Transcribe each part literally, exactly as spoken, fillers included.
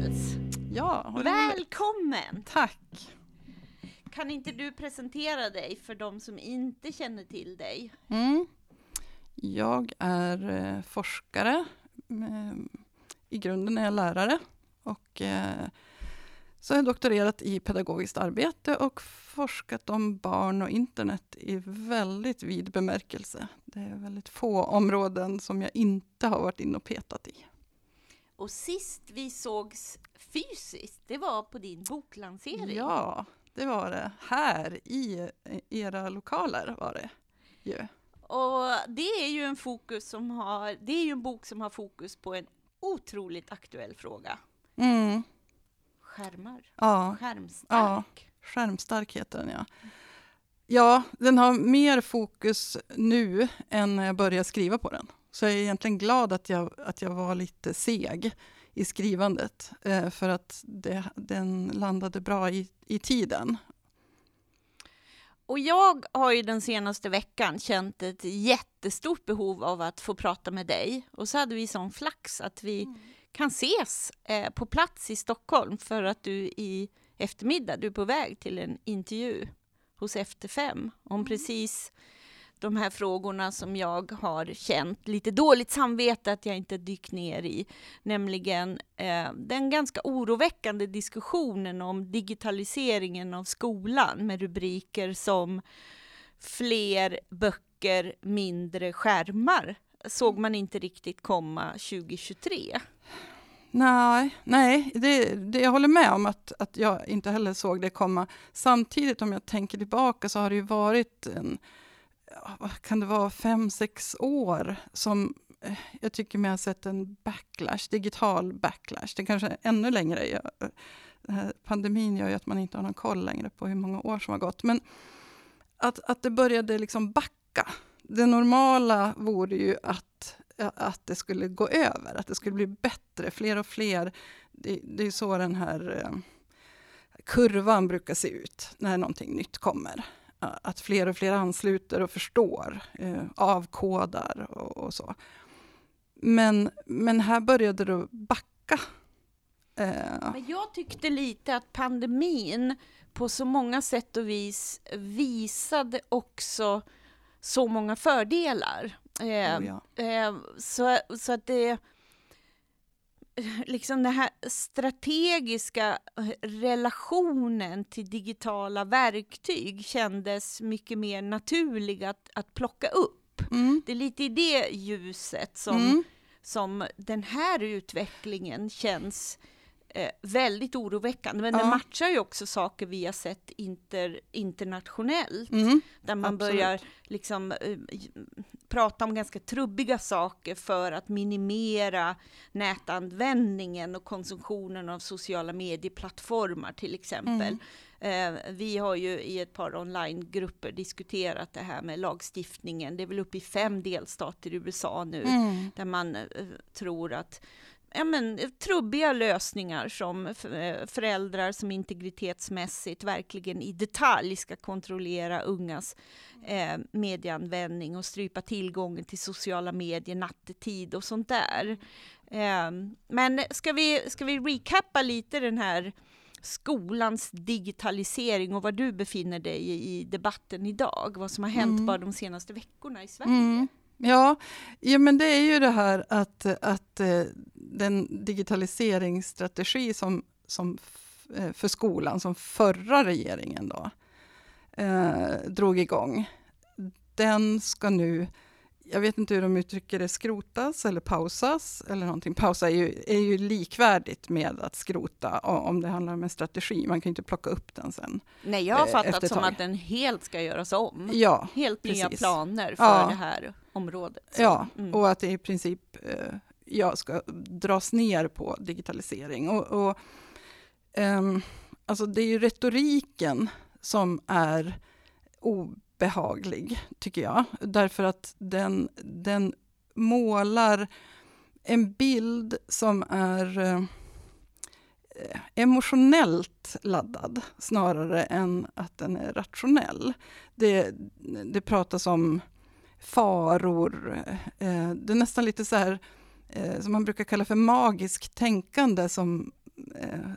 Nils. Ja, välkommen. Tack. Kan inte du presentera dig för de som inte känner till dig? Mm. Jag är eh, forskare. I grunden är jag lärare. Och eh, så har jag doktorerat i pedagogiskt arbete och forskat om barn och internet i väldigt vid bemärkelse. Det är väldigt få områden som jag inte har varit inne och petat i. Och sist vi sågs fysiskt, det var på din boklansering. Ja, det var det. Här i era lokaler var det ju. Och det är ju en fokus som har, det är ju en bok som har fokus på en otroligt aktuell fråga. Mm. Skärmar. Ja. Skärmstark. Ja, skärmstark heter den, ja. Ja, den har mer fokus nu än när jag började skriva på den. Så jag är egentligen glad att jag, att jag var lite seg i skrivandet. Eh, för att det, den landade bra i, i tiden. Och jag har ju den senaste veckan känt ett jättestort behov av att få prata med dig. Och så hade vi sån flax att vi mm. kan ses eh, på plats i Stockholm för att du i eftermiddag, du är på väg till en intervju hos Efter fem om mm. precis de här frågorna som jag har känt lite dåligt samvete att jag inte dykt ner i. Nämligen eh, den ganska oroväckande diskussionen om digitaliseringen av skolan med rubriker som fler böcker, mindre skärmar. Såg man inte riktigt komma tjugo tjugotre. Nej, nej det, det, jag håller med om att, att jag inte heller såg det komma. Samtidigt om jag tänker tillbaka så har det ju varit en vad kan det vara, fem, sex år som eh, jag tycker mig har sett en backlash, digital backlash. Det kanske är ännu längre. Jag, den här pandemin gör ju att man inte har någon koll längre på hur många år som har gått. Men att, att det började liksom backa. Det normala vore ju att, att det skulle gå över, att det skulle bli bättre, fler och fler. Det, det är så den här eh, kurvan brukar se ut när någonting nytt kommer. Att fler och fler ansluter och förstår, eh, avkodar och, och så. Men, men här började det backa. Eh. Men jag tyckte lite att pandemin på så många sätt och vis visade också så många fördelar. Eh, oh ja. eh, så, så att det... liksom den här strategiska relationen till digitala verktyg kändes mycket mer naturlig att, att plocka upp. Mm. Det är lite i det ljuset som, mm. som den här utvecklingen känns eh, väldigt oroväckande. Men ja. Den matchar ju också saker vi har sett inter, internationellt. Mm. Där man Absolut. börjar liksom... Eh, prata om ganska trubbiga saker för att minimera nätanvändningen och konsumtionen av sociala medieplattformar till exempel. Mm. Eh, vi har ju i ett par onlinegrupper diskuterat det här med lagstiftningen. Det är väl uppe i fem delstater i U S A nu mm. där man eh, tror att ja, men, trubbiga lösningar som föräldrar som integritetsmässigt verkligen i detalj ska kontrollera ungas eh, medieanvändning och strypa tillgången till sociala medier nattetid och sånt där. Eh, men ska vi, ska vi recappa lite den här skolans digitalisering och var du befinner dig i, i debatten idag? Vad som har hänt mm. bara de senaste veckorna i Sverige? Mm. Ja, ja, men det är ju det här att, att eh, den digitaliseringsstrategi som, som f- för skolan som förra regeringen då, eh, drog igång, den ska nu, jag vet inte hur de uttrycker det, skrotas eller pausas eller någonting. Pausa är ju, är ju likvärdigt med att skrota om det handlar om en strategi. Man kan ju inte plocka upp den sen. Nej, jag har fattat som att den helt ska göras om. Ja, helt precis. Nya planer för ja. det här området. Så. Ja, mm. och att det i princip eh, ja, ska dras ner på digitalisering. Och, och um, alltså det är ju retoriken som är obehaglig, tycker jag. Därför att den, den målar en bild som är eh, emotionellt laddad snarare än att den är rationell. Det, det pratas om faror. Eh, det är nästan lite så här eh, som man brukar kalla för magisk tänkande som eh,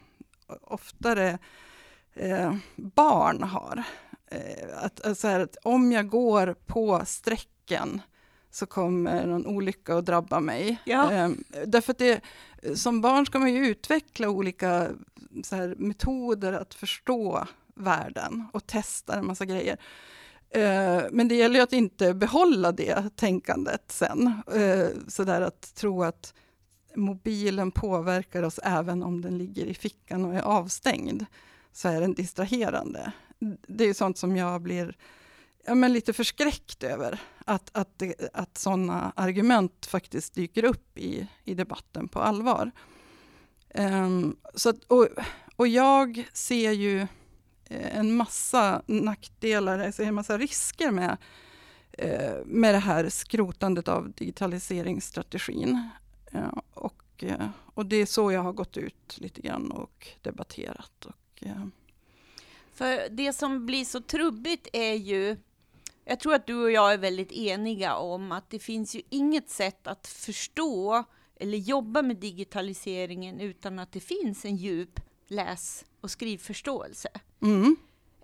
oftare eh, barn har. Eh, att, alltså här, att om jag går på sträckan så kommer någon olycka att drabba mig. Ja. Eh, därför att det, som barn ska man ju utveckla olika så här, metoder att förstå världen och testa en massa grejer. Eh, men det gäller ju att inte behålla det tänkandet sen. Eh, så där att tro att mobilen påverkar oss även om den ligger i fickan och är avstängd, så är den distraherande. Det är sånt som jag blir ja, men lite förskräckt över, att, att, det, att sådana argument faktiskt dyker upp i, i debatten på allvar. Um, så att, och, och jag ser ju en massa nackdelar, jag ser en massa risker med, eh, med det här skrotandet av digitaliseringsstrategin. Ja, och, och det är så jag har gått ut lite grann och debatterat. Och, ja. För det som blir så trubbigt är ju, jag tror att du och jag är väldigt eniga om att det finns ju inget sätt att förstå eller jobba med digitaliseringen utan att det finns en djup läs- och skrivförståelse. Mm.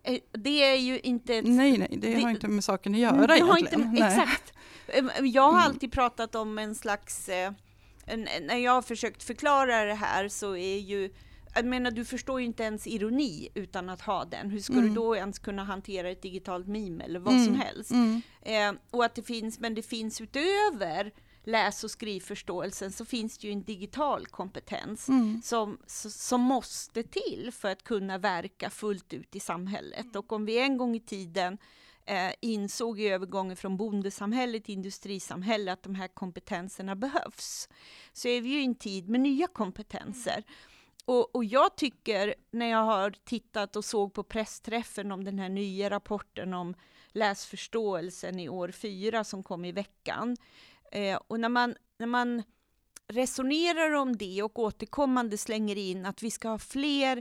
Det är ju inte... Ett, nej, nej, det, det har inte med saken att göra det egentligen. Har inte, exakt. Jag har alltid pratat om en slags... En, när jag har försökt förklara det här så är ju... Jag menar, du förstår ju inte ens ironi utan att ha den. Hur ska mm. du då ens kunna hantera ett digitalt meme eller vad mm. som helst? Mm. Eh, och att det finns, men det finns utöver läs- och skrivförståelsen så finns det ju en digital kompetens mm. som, som måste till för att kunna verka fullt ut i samhället. Och om vi en gång i tiden eh, insåg i övergången från bondesamhället till industrisamhälle att de här kompetenserna behövs, så är vi ju i en tid med nya kompetenser. Och, och jag tycker, när jag har tittat och såg på pressträffen om den här nya rapporten om läsförståelsen i år fyra som kom i veckan, Eh, och när man, när man resonerar om det och återkommande slänger in att vi ska ha fler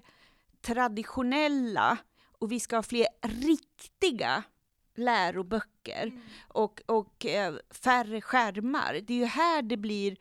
traditionella och vi ska ha fler riktiga läroböcker mm. och, och eh, färre skärmar. Det är ju här det blir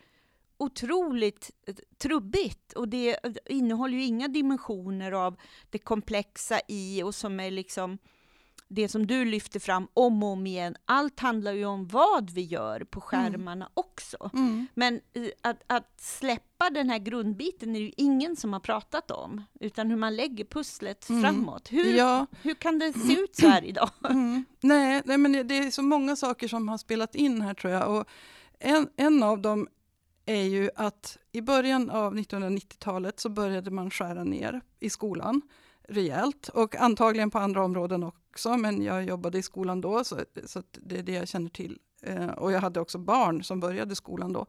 otroligt trubbigt, och det innehåller ju inga dimensioner av det komplexa i och som är liksom det som du lyfter fram om och om igen. Allt handlar ju om vad vi gör på skärmarna mm. också. Mm. Men att, att släppa den här grundbiten är ju ingen som har pratat om. Utan hur man lägger pusslet mm. framåt. Hur, ja. hur kan det se ut så här idag? Mm. Nej, nej, men det är så många saker som har spelat in här, tror jag. Och en, en av dem är ju att i början av nittonhundranittiotalet så började man skära ner i skolan rejält. Och antagligen på andra områden också, men jag jobbade i skolan då, så, så det är det jag känner till. Eh, och jag hade också barn som började skolan då.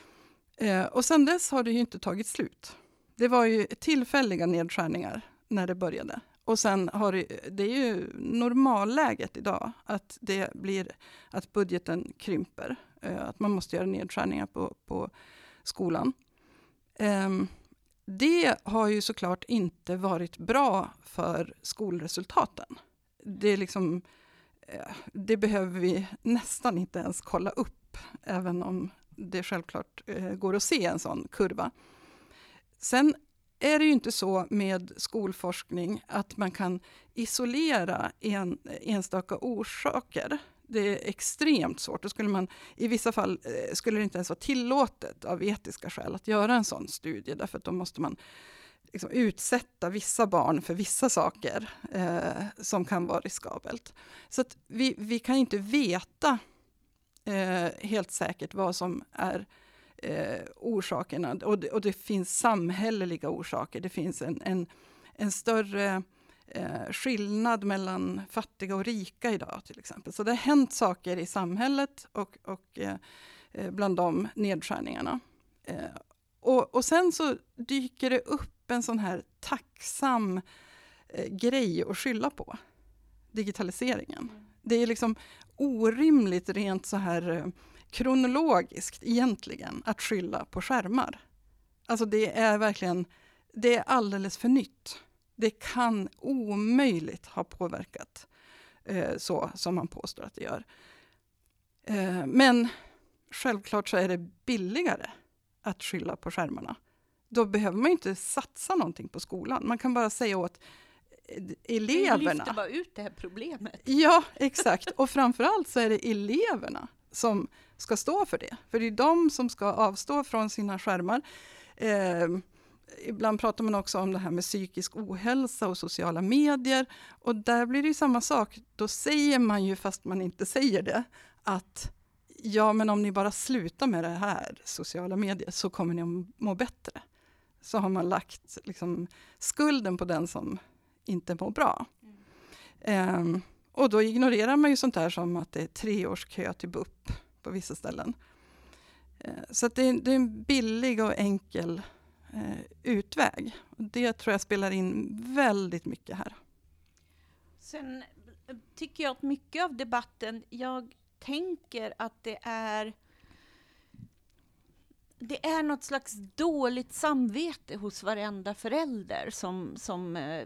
Eh, och sen dess har det ju inte tagit slut. Det var ju tillfälliga nedskärningar när det började. Och sen har det, det är ju normalläget idag att det blir att budgeten krymper. Eh, att man måste göra nedskärningar på, på skolan. Eh, Det har ju såklart inte varit bra för skolresultaten. Det, är liksom, det behöver vi nästan inte ens kolla upp, även om det självklart går att se en sån kurva. Sen är det ju inte så med skolforskning att man kan isolera en, enstaka orsaker. Det är extremt svårt. Då skulle man, i vissa fall eh, skulle det inte ens vara tillåtet av etiska skäl att göra en sån studie. Därför att då måste man liksom utsätta vissa barn för vissa saker eh, som kan vara riskabelt. Så att vi, vi kan inte veta eh, helt säkert vad som är eh, orsakerna. Och det, och det finns samhälleliga orsaker. Det finns en, en, en större... Eh, skillnad mellan fattiga och rika idag till exempel. Så det har hänt saker i samhället och, och eh, bland de nedskärningarna. Eh, och, och sen så dyker det upp en sån här tacksam eh, grej att skylla på. Digitaliseringen. Mm. Det är liksom orimligt rent så här eh, kronologiskt egentligen att skylla på skärmar. Alltså det är verkligen, det är alldeles för nytt. Det kan omöjligt ha påverkat eh, så som man påstår att det gör. Eh, men självklart så är det billigare att skylla på skärmarna. då behöver man inte satsa någonting på skolan. Man kan bara säga åt eleverna. Vi lyfter bara ut det här problemet. Ja, exakt. Och framförallt så är det eleverna som ska stå för det. För det är de som ska avstå från sina skärmar. Eh, ibland pratar man också om det här med psykisk ohälsa och sociala medier. Och där blir det ju samma sak. Då säger man ju, fast man inte säger det, att ja, men om ni bara slutar med det här sociala medier så kommer ni att må bättre. Så har man lagt liksom skulden på den som inte mår bra. Mm. Eh, och då ignorerar man ju sånt där som att det är tre års kö till B U P på vissa ställen. Eh, så att det, är, det är en billig och enkel eh, utväg. Och det tror jag spelar in väldigt mycket här. Sen tycker jag att mycket av debatten, jag tänker att det är det är något slags dåligt samvete hos varenda förälder som, som eh,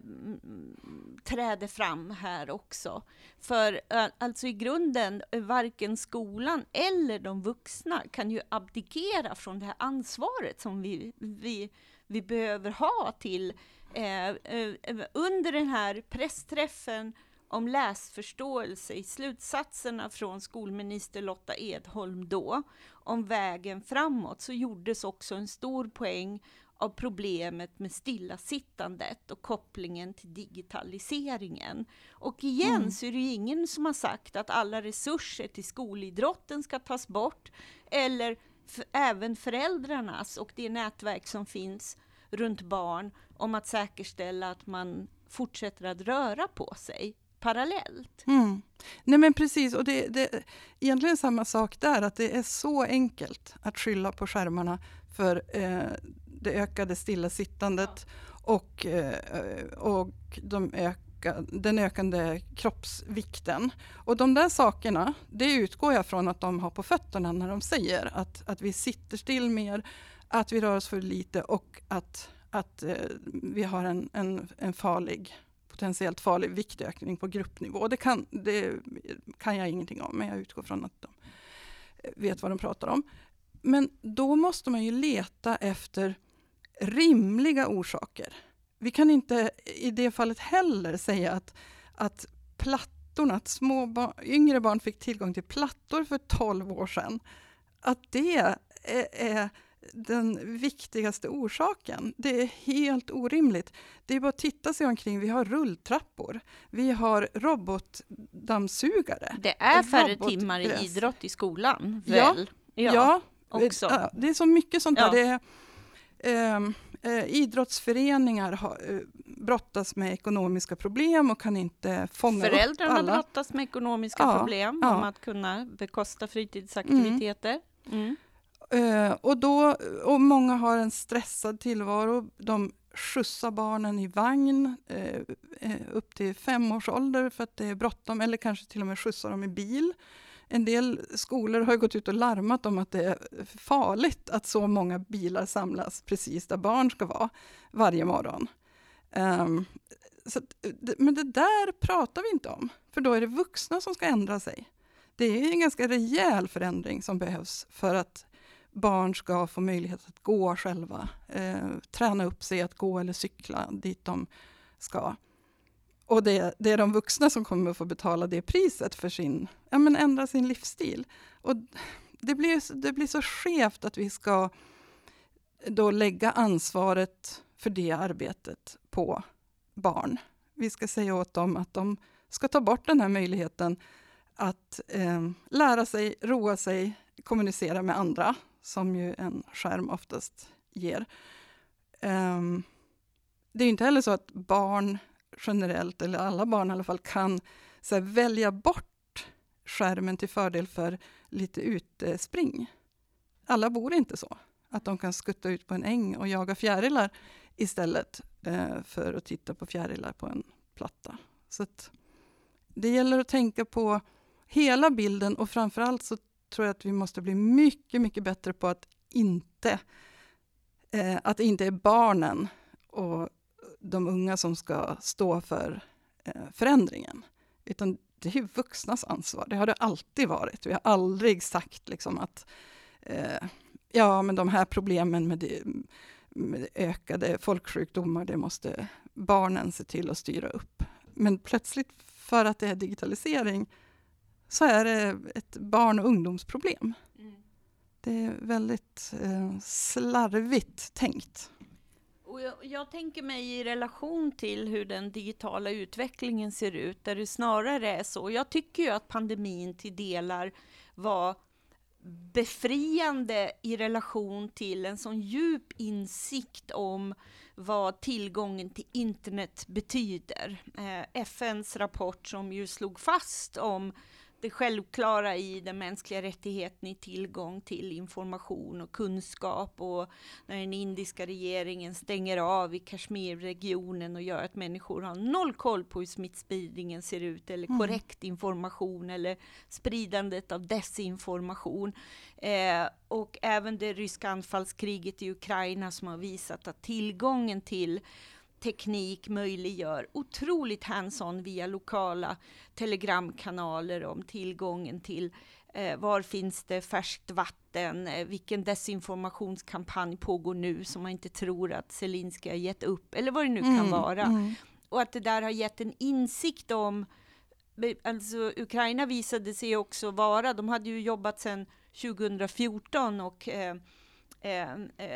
träder fram här också. För eh, alltså i grunden, varken skolan eller de vuxna kan ju abdikera från det här ansvaret som vi, vi, vi behöver ha till eh, eh, under den här pressträffen om läsförståelse i slutsatserna från skolminister Lotta Edholm då om vägen framåt, så gjordes också en stor poäng av problemet med stillasittandet och kopplingen till digitaliseringen. Och igen mm. så är det ju ingen som har sagt att alla resurser till skolidrotten ska tas bort, eller f- även föräldrarnas och det nätverk som finns runt barn om att säkerställa att man fortsätter att röra på sig parallellt. Mm. Nej men precis, och det, det är egentligen samma sak där, att det är så enkelt att skylla på skärmarna för eh, det ökade stillasittandet och, eh, och de öka, den ökande kroppsvikten. Och de där sakerna, det utgår jag från att de har på fötterna när de säger att, att vi sitter still mer, att vi rör oss för lite och att, att eh, vi har en, en, en farlig potentiellt farlig viktökning på gruppnivå. Det kan, det kan jag ingenting om, men jag utgår från att de vet vad de pratar om. Men då måste man ju leta efter rimliga orsaker. Vi kan inte i det fallet heller säga att, att plattorna, att små barn, yngre barn fick tillgång till plattor för tolv år sedan, att det är, är den viktigaste orsaken. Det är helt orimligt. Det är bara att titta sig omkring. Vi har rulltrappor. Vi har robotdammsugare. Det är färre robot- timmar i idrott i skolan, väl? Ja, ja, också. Ja, det är så mycket sånt ja. där. Det är, eh, eh, idrottsföreningar har, eh, brottas med ekonomiska problem och kan inte fånga Föräldrarna upp alla. brottas med ekonomiska ja, problem ja. om att kunna bekosta fritidsaktiviteter. Mm. Mm. Uh, och, då, och många har en stressad tillvaro. De skjutsar barnen i vagn uh, uh, upp till fem års ålder för att det är bråttom, eller kanske till och med skjutsar dem i bil. En del skolor har gått ut och larmat om att det är farligt att så många bilar samlas precis där barn ska vara varje morgon. Um, så att, men det där pratar vi inte om, för då är det vuxna som ska ändra sig. Det är en ganska rejäl förändring som behövs för att barn ska få möjlighet att gå själva, eh, träna upp sig att gå eller cykla dit de ska. Och det, det är de vuxna som kommer att få betala det priset för sin, ja men ändra sin livsstil. Och det blir, det blir så skevt att vi ska då lägga ansvaret för det arbetet på barn. Vi ska säga åt dem att de ska ta bort den här möjligheten att eh, lära sig, roa sig, kommunicera med andra, som ju en skärm oftast ger. Um, det är inte heller så att barn generellt, eller alla barn i alla fall, kan så här, välja bort skärmen till fördel för lite utespring. Alla bor inte så. Att de kan skutta ut på en äng och jaga fjärilar istället eh, för att titta på fjärilar på en platta. Så att det gäller att tänka på hela bilden, och framförallt så tror jag att vi måste bli mycket, mycket bättre på att inte, eh, att det inte är barnen och de unga som ska stå för eh, förändringen. Utan det är ju vuxnas ansvar. Det har det alltid varit. Vi har aldrig sagt liksom att eh, ja, men de här problemen med, det, ökade folksjukdomar, det måste barnen se till att styra upp. Men plötsligt, för att det är digitalisering, så är det ett barn- och ungdomsproblem. Mm. Det är väldigt eh, slarvigt tänkt. Och jag, jag tänker mig i relation till hur den digitala utvecklingen ser ut, där det snarare är så. Jag tycker ju att pandemin till delar var befriande i relation till en sån djup insikt om vad tillgången till internet betyder. Eh, F N:s rapport som ju slog fast om det självklara i den mänskliga rättigheten i tillgång till information och kunskap, och när den indiska regeringen stänger av i Kashmirregionen och gör att människor har noll koll på hur smittspridningen ser ut, eller mm. korrekt information, eller spridandet av desinformation. Eh, och även det ryska anfallskriget i Ukraina som har visat att tillgången till teknik möjliggör otroligt hands-on via lokala telegramkanaler om tillgången till eh, var finns det färskt vatten, eh, vilken desinformationskampanj pågår nu som man inte tror att Zelenskyj har gett upp, eller vad det nu mm, kan vara. Mm. Och att det där har gett en insikt om, alltså Ukraina visade sig också vara, de hade ju jobbat sedan tjugohundrafjorton och eh, eh,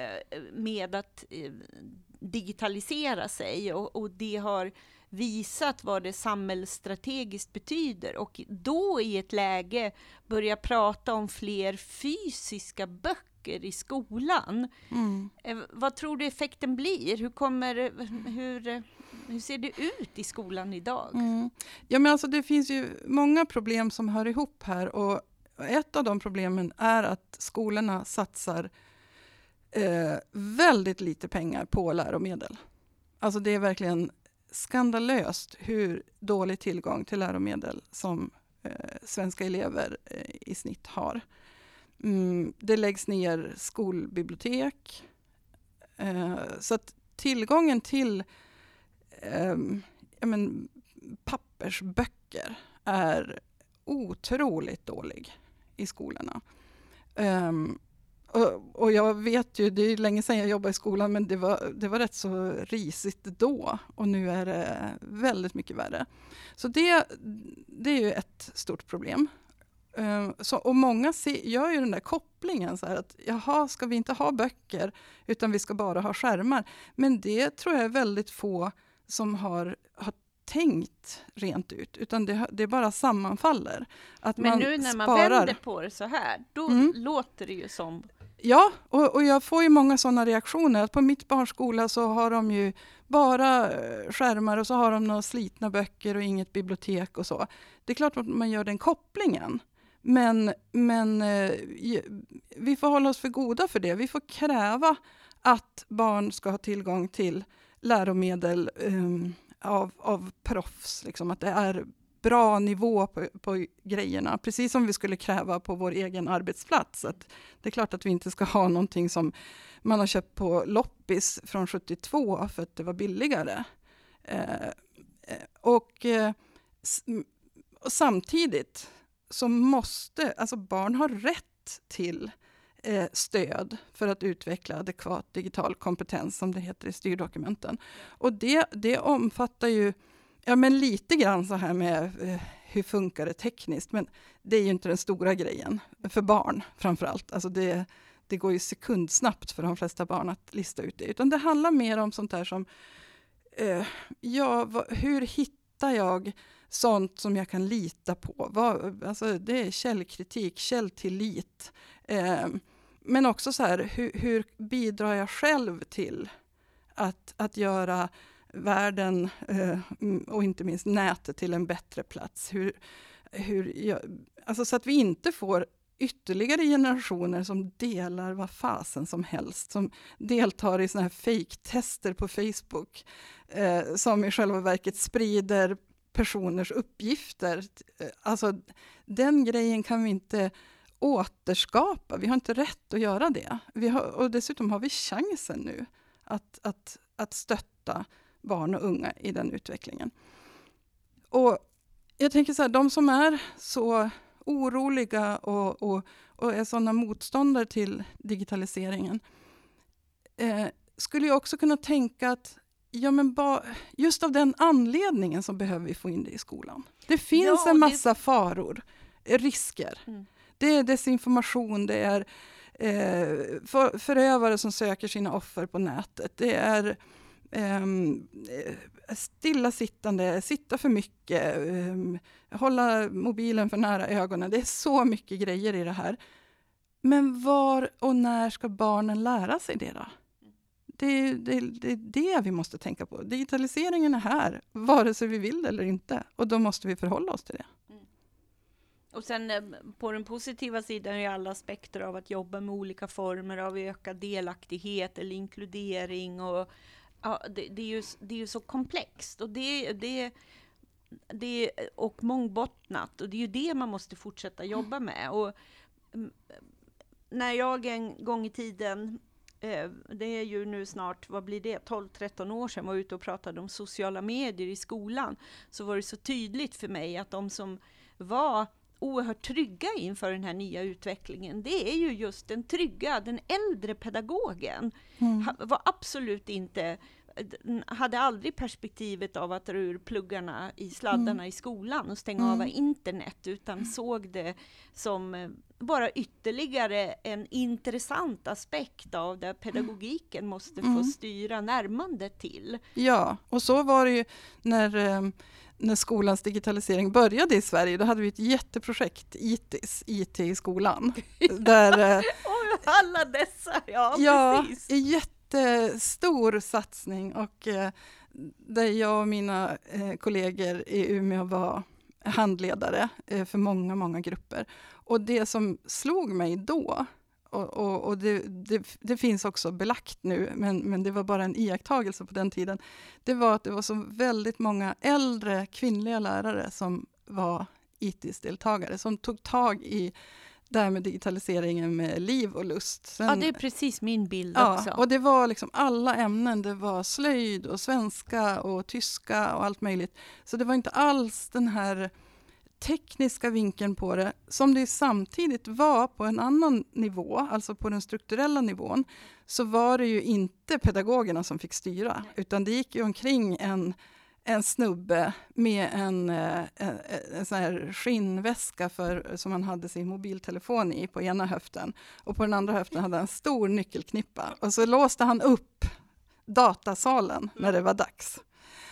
med att eh, digitalisera sig, och, och det har visat vad det samhällsstrategiskt betyder, och då i ett läge börja prata om fler fysiska böcker i skolan. Mm. Eh, vad tror du effekten blir? Hur kommer hur, hur ser det ut i skolan idag? Mm. Ja, men alltså det finns ju många problem som hör ihop här, och ett av de problemen är att skolorna satsar Eh, väldigt lite pengar på läromedel. Alltså det är verkligen skandalöst hur dålig tillgång till läromedel som eh, svenska elever eh, i snitt har. Mm, det läggs ner skolbibliotek. Eh, så att tillgången till eh, jag men, pappersböcker är otroligt dålig i skolorna. Um, Och, och jag vet ju, det är länge sedan jag jobbade i skolan, men det var, det var rätt så risigt då, och nu är det väldigt mycket värre. Så det, det är ju ett stort problem. Uh, så, och många se, gör ju den där kopplingen så här att jaha, ska vi inte ha böcker utan vi ska bara ha skärmar. Men det tror jag är väldigt få som har, har tänkt rent ut, utan det, det bara sammanfaller. Att men man nu när man sparar. vänder på det så här, då mm. låter det ju som... Ja, och, och jag får ju många sådana reaktioner. Att på mitt barns skola så har de ju bara skärmar, och så har de några slitna böcker och inget bibliotek och så. Det är klart att man gör den kopplingen. Men, men vi får hålla oss för goda för det. Vi får kräva att barn ska ha tillgång till läromedel um, av, av proffs. Liksom, att det är bra nivå på, på grejerna. Precis som vi skulle kräva på vår egen arbetsplats. Att det är klart att vi inte ska ha någonting som man har köpt på loppis från sjuttiotvå för att det var billigare. Eh, och, eh, och samtidigt så måste, alltså barn har rätt till eh, stöd för att utveckla adekvat digital kompetens, som det heter i styrdokumenten. Och det, det omfattar ju ja, men lite grann så här med eh, hur funkar det tekniskt, men det är ju inte den stora grejen för barn framförallt. Alltså det, det går ju sekundsnabbt för de flesta barn att lista ut det, utan det handlar mer om sånt där som eh, ja, vad, hur hittar jag sånt som jag kan lita på? Vad, alltså det är källkritik, källtillit. Eh, men också så här, hur, hur bidrar jag själv till att, att göra världen eh, och inte minst nätet till en bättre plats. Hur, hur jag, alltså så att vi inte får ytterligare generationer som delar vad fasen som helst, som deltar i såna här fake-tester på Facebook, eh, som i själva verket sprider personers uppgifter. Alltså den grejen kan vi inte återskapa. Vi har inte rätt att göra det. Vi har, och dessutom har vi chansen nu att, att, att stötta barn och unga i den utvecklingen. Och jag tänker så här, de som är så oroliga och, och, och är sådana motståndare till digitaliseringen, eh, skulle jag också kunna tänka att ja, men ba, just av den anledningen så behöver vi få in det i skolan. Det finns ja, en massa det... faror, risker. Mm. Det är desinformation, det är eh, för, förövare som söker sina offer på nätet. Det är eh, stillasittande, sitta för mycket, eh, hålla mobilen för nära ögonen. Det är så mycket grejer i det här. Men var och när ska barnen lära sig det då? Det är det, det, det vi måste tänka på. Digitaliseringen är här, vare sig vi vill eller inte. Och då måste vi förhålla oss till det. Mm. Och sen på den positiva sidan är alla aspekter av att jobba med olika former av ökad delaktighet eller inkludering. Och, ja, det, det, är ju, det är ju så komplext. Och det, det, det, och mångbottnat. Och det är ju det man måste fortsätta jobba med. Och när jag en gång i tiden, det är ju nu snart, vad blir det, tolv tretton år sedan, var ute och pratade om sociala medier i skolan, så var det så tydligt för mig att de som var oerhört trygga inför den här nya utvecklingen, det är ju just den trygga, den äldre pedagogen. Mm. Var absolut inte, hade aldrig perspektivet av att dra ur pluggarna i sladdarna mm. i skolan och stänga mm. av internet, utan såg det som bara ytterligare en intressant aspekt av där pedagogiken måste mm. få styra närmandet till. Ja, och så var det ju när, när skolans digitalisering började i Sverige. Då hade vi ett jätteprojekt, I T I S, I T i skolan. där, och alla dessa, ja, ja precis. Jättestor satsning, och eh, där jag och mina eh, kollegor i Umeå var handledare eh, för många, många grupper. Och det som slog mig då, och, och, och det, det, det finns också belagt nu, men, men det var bara en iakttagelse på den tiden, det var att det var så väldigt många äldre kvinnliga lärare som var I T I S-deltagare, som tog tag i det här med digitaliseringen med liv och lust. Sen, ja, det är precis min bild ja, också. Och det var liksom alla ämnen, det var slöjd och svenska och tyska och allt möjligt. Så det var inte alls den här tekniska vinkeln på det, som det samtidigt var på en annan nivå, alltså på den strukturella nivån, så var det ju inte pedagogerna som fick styra, Nej. utan det gick ju omkring en, en snubbe med en, en, en sån här skinnväska för, som han hade sin mobiltelefon i på ena höften, och på den andra höften hade han en stor nyckelknippa, och så låste han upp datasalen när det var dags.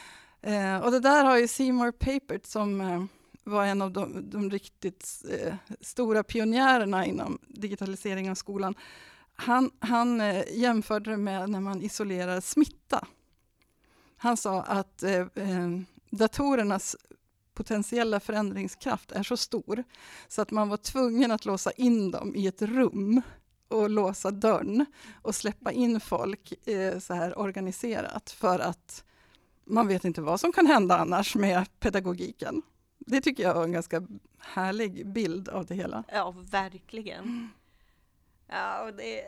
Eh, och det där har ju Seymour Papert, som eh, var en av de, de riktigt eh, stora pionjärerna inom digitalisering av skolan. Han, han eh, jämförde det med när man isolerar smitta. Han sa att eh, eh, datorernas potentiella förändringskraft är så stor så att man var tvungen att låsa in dem i ett rum och låsa dörren och släppa in folk eh, så här organiserat, för att man vet inte vad som kan hända annars med pedagogiken. Det tycker jag var en ganska härlig bild av det hela. Ja, verkligen. Mm. Ja, och det...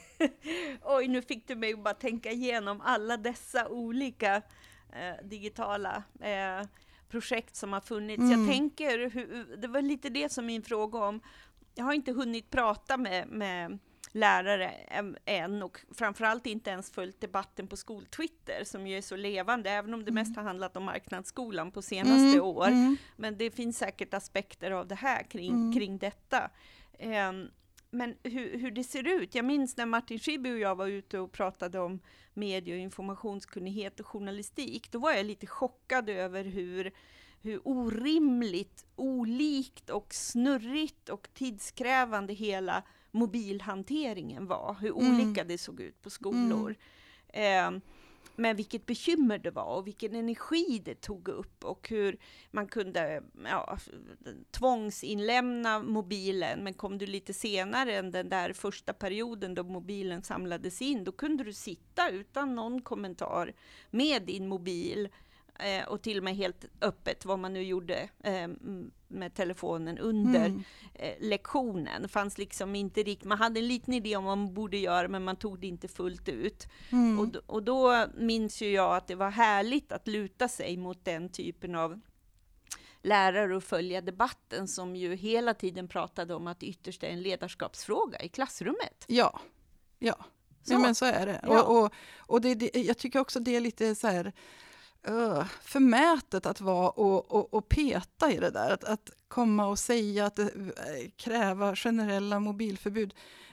Oj, nu fick du mig bara tänka igenom alla dessa olika eh, digitala eh, projekt som har funnits. Mm. Jag tänker, hur, det var lite det som min fråga om. Jag har inte hunnit prata med, med lärare än, och framförallt inte ens följt debatten på skoltwitter som ju är så levande, även om det mm. mest har handlat om marknadsskolan på senaste mm. år. Mm. Men det finns säkert aspekter av det här kring, mm. kring detta. Um, men hur, hur det ser ut, jag minns när Martin Schibbye och jag var ute och pratade om medie- och informationskunnighet och journalistik, då var jag lite chockad över hur hur orimligt, olikt och snurrigt och tidskrävande hela mobilhanteringen var. Hur mm. olika det såg ut på skolor. Mm. Eh, men vilket bekymmer det var och vilken energi det tog upp, och hur man kunde ja, tvångsinlämna mobilen, men kom du lite senare än den där första perioden då mobilen samlades in, då kunde du sitta utan någon kommentar med din mobil eh, och till och med helt öppet vad man nu gjorde eh, med telefonen under mm. eh, lektionen. Det fanns liksom inte rikt, man hade en liten idé om vad man borde göra, men man tog det inte fullt ut. Mm. Och, och då minns ju jag att det var härligt att luta sig mot den typen av lärare och följa debatten som ju hela tiden pratade om att ytterst är en ledarskapsfråga i klassrummet. Ja, ja. Så. Ja, men så är det. Ja. Och, och, och det, det, jag tycker också det är lite så här uh, förmätet att vara och, och, och peta i det där. Att, att komma och säga att det, kräva generella mobilförbud.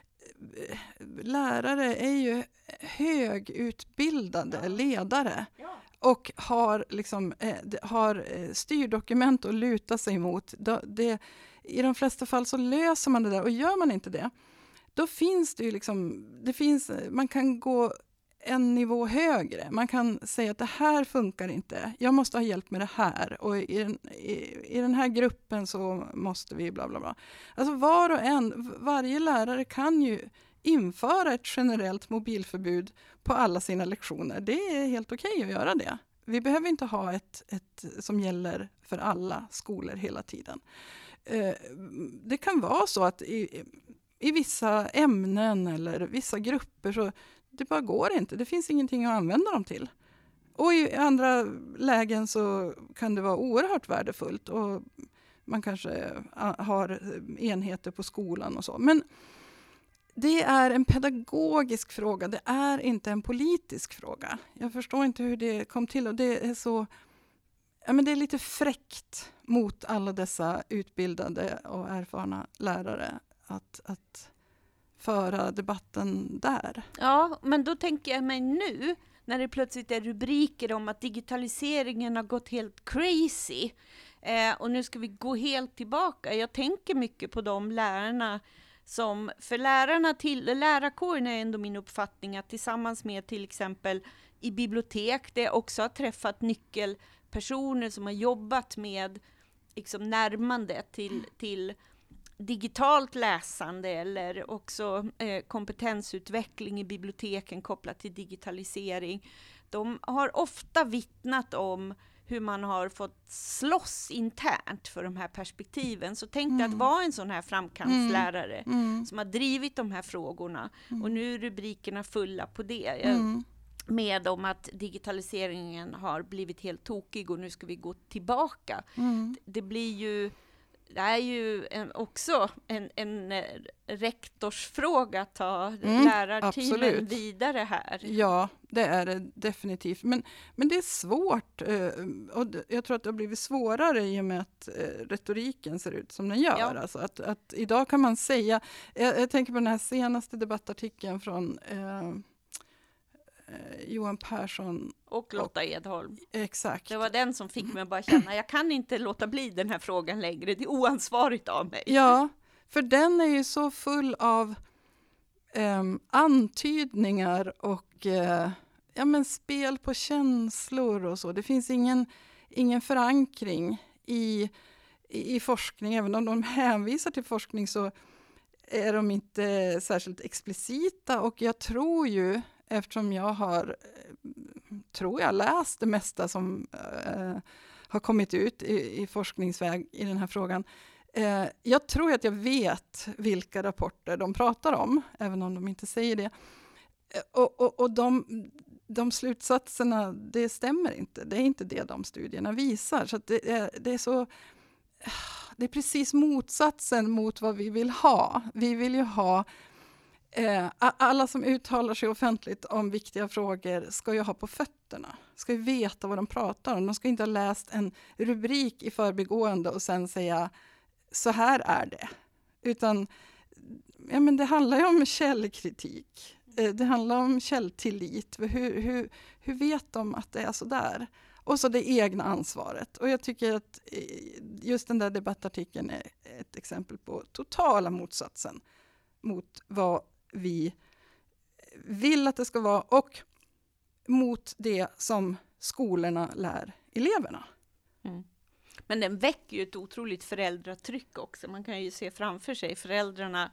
Lärare är ju högutbildade ja. ledare. Ja. Och har, liksom, eh, har styrdokument att luta sig mot. Det, det, i de flesta fall så löser man det där. Och gör man inte det, då finns det ju liksom... Det finns, man kan gå en nivå högre. Man kan säga att det här funkar inte. Jag måste ha hjälp med det här. Och i, den, i, i den här gruppen så måste vi bla bla bla. Alltså var och en, varje lärare kan ju införa ett generellt mobilförbud på alla sina lektioner. Det är helt okej att göra det. Vi behöver inte ha ett, ett som gäller för alla skolor hela tiden. Eh, det kan vara så att i, i vissa ämnen eller vissa grupper så det bara går inte. Det finns ingenting att använda dem till. Och i andra lägen så kan det vara oerhört värdefullt och man kanske har enheter på skolan och så. Men det är en pedagogisk fråga. Det är inte en politisk fråga. Jag förstår inte hur det kom till. Och det är så... Ja, men det är lite fräckt mot alla dessa utbildade och erfarna lärare att, att föra debatten där. Ja, men då tänker jag mig nu när det plötsligt är rubriker om att digitaliseringen har gått helt crazy eh, och nu ska vi gå helt tillbaka. Jag tänker mycket på de lärarna som, för lärarna till, lärarkåren är ändå min uppfattning att tillsammans med till exempel i bibliotek, det också har träffat nyckelpersoner som har jobbat med liksom närmande till, till digitalt läsande eller också eh, kompetensutveckling i biblioteken kopplat till digitalisering. De har ofta vittnat om hur man har fått slåss internt för de här perspektiven. Så tänk dig mm. att vara en sån här framkantslärare mm. Mm. som har drivit de här frågorna. Mm. Och nu är rubrikerna fulla på det. Mm. Med om att digitaliseringen har blivit helt tokig och nu ska vi gå tillbaka. Mm. Det blir ju... Det är ju en, också en, en rektorsfråga att ta mm, lärarteamen vidare här. Ja, det är det definitivt. Men, men det är svårt. Och jag tror att det har blivit svårare i och med att retoriken ser ut som den gör. Ja. Alltså att, att idag kan man säga... Jag, jag tänker på den här senaste debattartikeln från... Eh, Johan Persson och Lotta Edholm. Exakt. Det var den som fick mig att bara känna, jag kan inte låta bli den här frågan längre. Det är oansvarigt av mig. Ja, för den är ju så full av um, antydningar och uh, ja, men spel på känslor och så. Det finns ingen, ingen förankring i, i, i forskning. Även om de hänvisar till forskning så är de inte särskilt explicita. Och jag tror ju eftersom jag har, tror jag, läst det mesta som eh, har kommit ut i, i forskningsväg i den här frågan. Eh, jag tror att jag vet vilka rapporter de pratar om, även om de inte säger det. Eh, och och, och de, de slutsatserna, det stämmer inte. Det är inte det de studierna visar. Så att det, är, det är så... Det är precis motsatsen mot vad vi vill ha. Vi vill ju ha... Eh, alla som uttalar sig offentligt om viktiga frågor ska ju ha på fötterna. Ska ju veta vad de pratar om. De ska inte ha läst en rubrik i förbigående och sen säga så här är det. Utan ja, men det handlar ju om källkritik. Eh, det handlar om källtillit. Hur, hur, hur vet de att det är så där? Och så det egna ansvaret. Och jag tycker att just den där debattartikeln är ett exempel på totala motsatsen mot vad vi vill att det ska vara och mot det som skolorna lär eleverna. Mm. Men den väcker ju ett otroligt föräldratryck också. Man kan ju se framför sig föräldrarna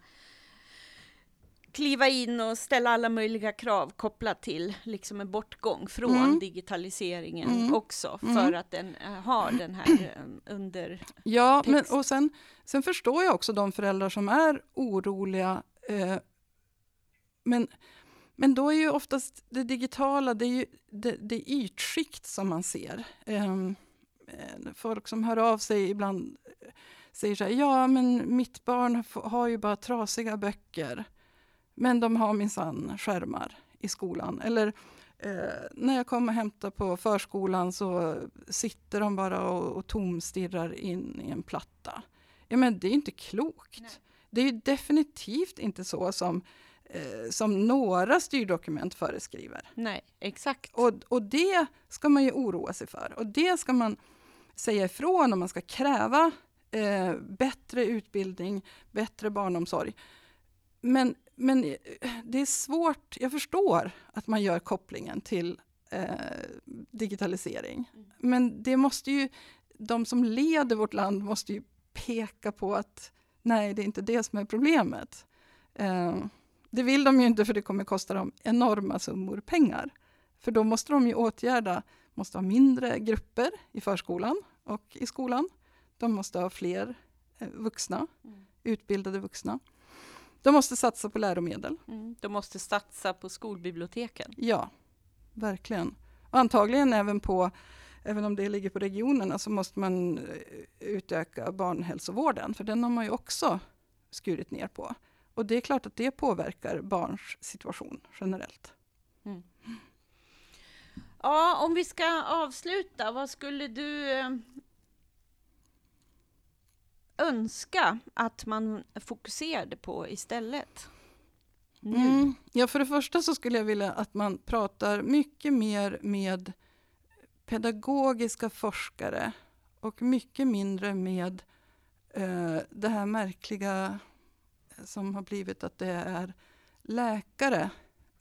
kliva in och ställa alla möjliga krav kopplat till liksom en bortgång från mm. digitaliseringen mm. också för mm. att den uh, har den här um, under Ja, men, och sen, sen förstår jag också de föräldrar som är oroliga eh, men, men då är ju oftast det digitala, det är ju det, det ytskikt som man ser. Eh, folk som hör av sig ibland säger så här, ja men mitt barn har ju bara trasiga böcker. Men de har minsann skärmar i skolan. Eller eh, när jag kommer och hämtar på förskolan så sitter de bara och, och tomstirrar in i en platta. Ja, men det är inte klokt. Nej. Det är ju definitivt inte så som, eh, som några styrdokument föreskriver. Nej, exakt. Och, och det ska man ju oroa sig för. Och det ska man säga ifrån om man ska kräva eh, bättre utbildning, bättre barnomsorg. Men, men det är svårt, jag förstår att man gör kopplingen till eh, digitalisering. Mm. Men det måste ju, de som leder vårt land måste ju peka på att nej, det är inte det som är problemet. Eh, det vill de ju inte, för det kommer kosta dem enorma summor pengar. För då måste de ju åtgärda, måste ha mindre grupper i förskolan och i skolan. De måste ha fler eh, vuxna, mm. utbildade vuxna. De måste satsa på läromedel. Mm. De måste satsa på skolbiblioteken. Ja, verkligen. Och antagligen även på, även om det ligger på regionerna, så måste man utöka barnhälsovården. För den har man ju också skurit ner på. Och det är klart att det påverkar barns situation generellt. Mm. Ja, om vi ska avsluta, vad skulle du eh, önska att man fokuserade på istället? Mm. Ja, för det första så skulle jag vilja att man pratar mycket mer med pedagogiska forskare och mycket mindre med eh, det här märkliga som har blivit att det är läkare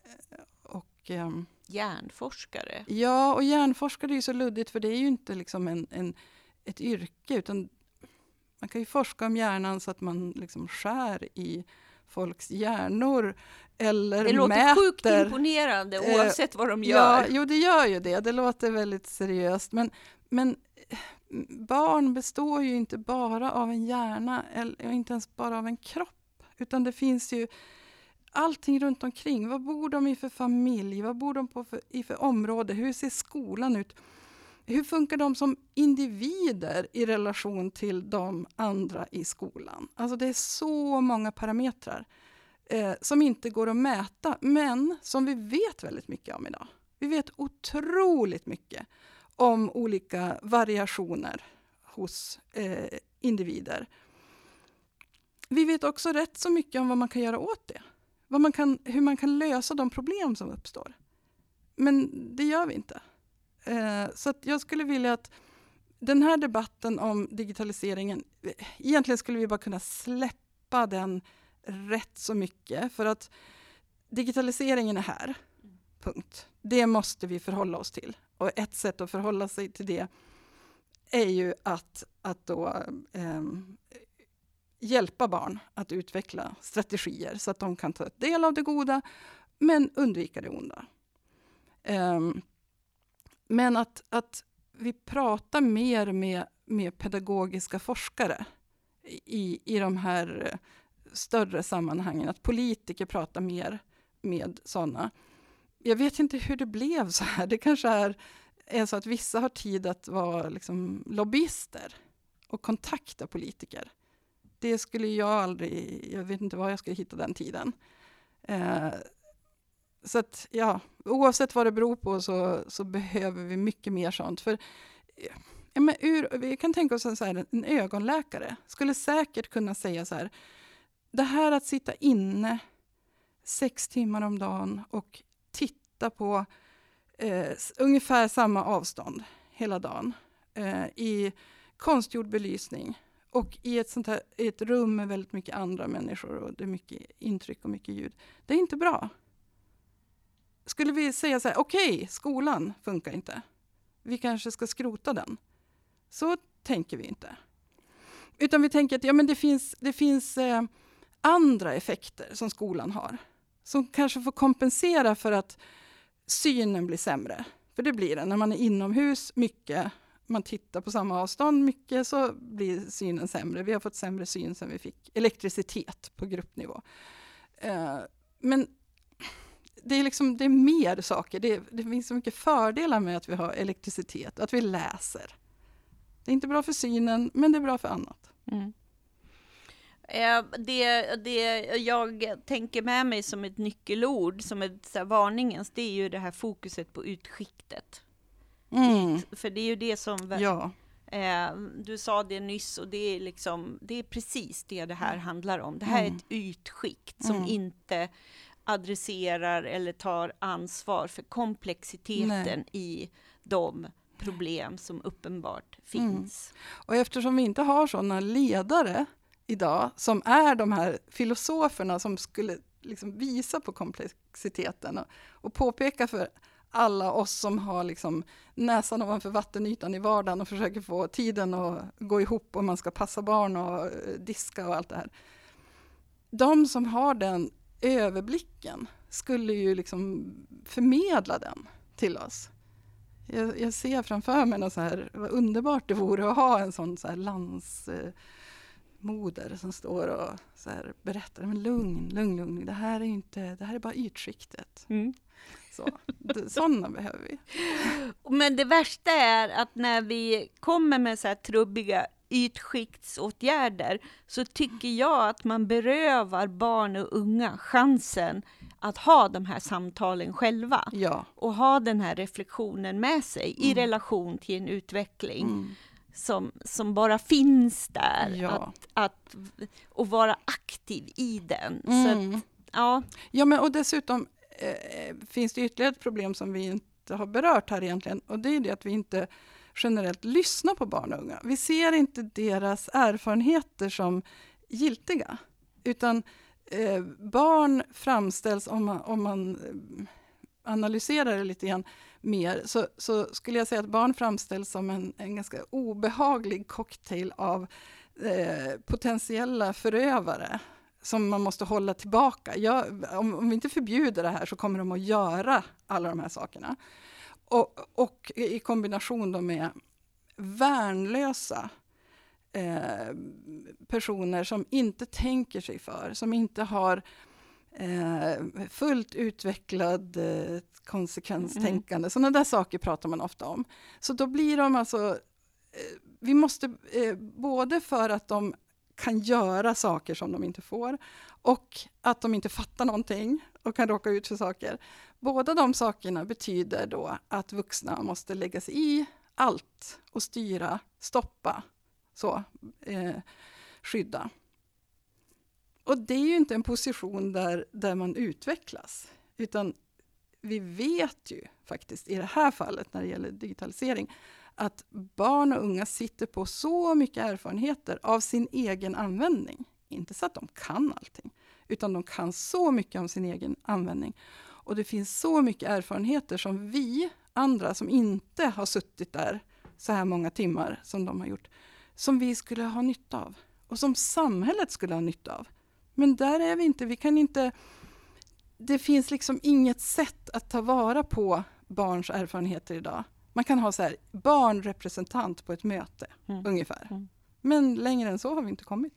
och eh, hjärnforskare. Ja, och hjärnforskare är ju så luddigt, för det är ju inte liksom en, en, ett yrke, utan man kan ju forska om hjärnan så att man liksom skär i folks hjärnor eller det låter mäter. Sjukt imponerande oavsett vad de gör. Ja, jo, det gör ju det. Det låter väldigt seriöst. Men, men barn består ju inte bara av en hjärna eller inte ens bara av en kropp. Utan det finns ju allting runt omkring. Vad bor de i för familj? Vad bor de på för, i för område? Hur ser skolan ut? Hur funkar de som individer i relation till de andra i skolan? Alltså det är så många parametrar eh, som inte går att mäta, men som vi vet väldigt mycket om idag. Vi vet otroligt mycket om olika variationer hos eh, individer. Vi vet också rätt så mycket om vad man kan göra åt det. Vad man kan, hur man kan lösa de problem som uppstår. Men det gör vi inte. Så att jag skulle vilja att den här debatten om digitaliseringen, egentligen skulle vi bara kunna släppa den rätt så mycket. För att digitaliseringen är här. Punkt. Det måste vi förhålla oss till. Och ett sätt att förhålla sig till det är ju att, att då, eh, hjälpa barn att utveckla strategier så att de kan ta del av det goda men undvika det onda. Eh, Men att, att vi pratar mer med, med pedagogiska forskare i, i de här större sammanhangen. Att politiker pratar mer med sådana. Jag vet inte hur det blev så här. Det kanske är, är så att vissa har tid att vara liksom lobbyister och kontakta politiker. Det skulle jag aldrig, jag vet inte var jag skulle hitta den tiden. Eh, Så att, ja, oavsett vad det beror på så, så behöver vi mycket mer sånt. För ja, men ur, vi kan tänka oss så här, en ögonläkare skulle säkert kunna säga så här: det här att sitta inne sex timmar om dagen och titta på eh, ungefär samma avstånd hela dagen eh, i konstgjord belysning och i ett, sånt här, i ett rum med väldigt mycket andra människor och det är mycket intryck och mycket ljud. Det är inte bra. Skulle vi säga så här, okej, okay, skolan funkar inte. Vi kanske ska skrota den. Så tänker vi inte. Utan vi tänker att ja, men det finns, det finns eh, andra effekter som skolan har. Som kanske får kompensera för att synen blir sämre. För det blir det när man är inomhus mycket. Man tittar på samma avstånd mycket så blir synen sämre. Vi har fått sämre syn sen vi fick elektricitet på gruppnivå. Eh, men Det är, liksom, det är mer saker. Det, det finns så mycket fördelar med att vi har elektricitet. Att vi läser. Det är inte bra för synen, men det är bra för annat. Mm. Det, det jag tänker med mig som ett nyckelord, som ett så här, varningens, det är ju det här fokuset på utskiktet. Mm. För det är ju det som... Ja. Eh, du sa det nyss, och det är, liksom, det är precis det det här handlar om. Det här mm. är ett utskikt som mm. inte adresserar eller tar ansvar för komplexiteten Nej. i de problem som uppenbart finns. Mm. Och eftersom vi inte har sådana ledare idag som är de här filosoferna som skulle liksom visa på komplexiteten och, och påpeka för alla oss som har liksom näsan ovanför vattenytan i vardagen och försöker få tiden att gå ihop och man ska passa barn och diska och allt det här. De som har den överblicken skulle ju liksom förmedla den till oss. Jag, jag ser framför mig något så här, vad underbart det vore att ha en sån så här landsmoder eh, som står och så här berättar, men lugn, lugn, lugn, det här är inte, det här är bara ytskiktet. Mm. Så, det, sådana behöver vi. Men det värsta är att när vi kommer med så här trubbiga ytskiktsåtgärder så tycker jag att man berövar barn och unga chansen att ha de här samtalen själva. Ja. Och ha den här reflektionen med sig mm. i relation till en utveckling mm. som, som bara finns där. Ja. Att, att, och vara aktiv i den. Mm. Så att, ja. ja, men och dessutom eh, finns det ytterligare ett problem som vi inte har berört här egentligen. Och det är det att vi inte generellt lyssnar på barn och unga. Vi ser inte deras erfarenheter som giltiga. Utan eh, barn framställs, om man, om man eh, analyserar det lite grann mer, så, så skulle jag säga att barn framställs som en, en ganska obehaglig cocktail av eh, potentiella förövare som man måste hålla tillbaka. Jag, om, om vi inte förbjuder det här så kommer de att göra alla de här sakerna. Och, och i kombination då med värnlösa eh, personer som inte tänker sig för, som inte har eh, fullt utvecklad eh, konsekvenstänkande. Mm. Sådana där saker pratar man ofta om. Så då blir de alltså, eh, vi måste eh, både för att de kan göra saker som de inte får och att de inte fattar någonting och kan råka ut för saker. Båda de sakerna betyder då att vuxna måste lägga sig i allt och styra, stoppa, så, eh, skydda. Och det är ju inte en position där, där man utvecklas, utan vi vet ju faktiskt i det här fallet när det gäller digitalisering att barn och unga sitter på så mycket erfarenheter av sin egen användning. Inte så att de kan allting, utan de kan så mycket om sin egen användning. Och det finns så mycket erfarenheter som vi andra som inte har suttit där så här många timmar som de har gjort, som vi skulle ha nytta av. Och som samhället skulle ha nytta av. Men där är vi inte, vi kan inte, det finns liksom inget sätt att ta vara på barns erfarenheter idag. Man kan ha så här barnrepresentant på ett möte, mm. ungefär. Mm. Men längre än så har vi inte kommit.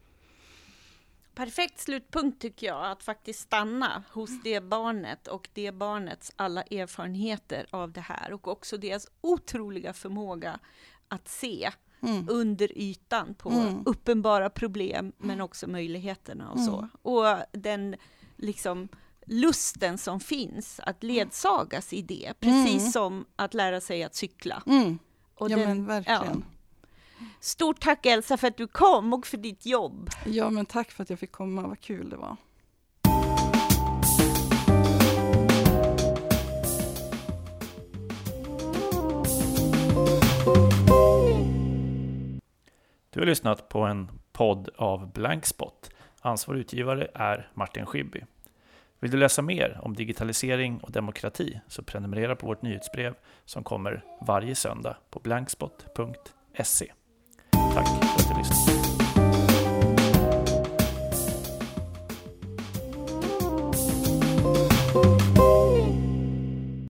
Perfekt slutpunkt tycker jag, att faktiskt stanna hos det barnet och det barnets alla erfarenheter av det här. Och också deras otroliga förmåga att se mm. under ytan på mm. uppenbara problem, men också möjligheterna och så. Mm. Och den liksom lusten som finns att ledsagas i det, precis mm. som att lära sig att cykla. Mm. Och ja den, men verkligen. Ja. Stort tack Elsa för att du kom och för ditt jobb. Ja men tack för att jag fick komma, vad kul det var. Du har lyssnat på en podd av Blankspot. Ansvarig utgivare är Martin Schibby. Vill du läsa mer om digitalisering och demokrati så prenumerera på vårt nyhetsbrev som kommer varje söndag på blankspot punkt se. Tack för att du lyssnade.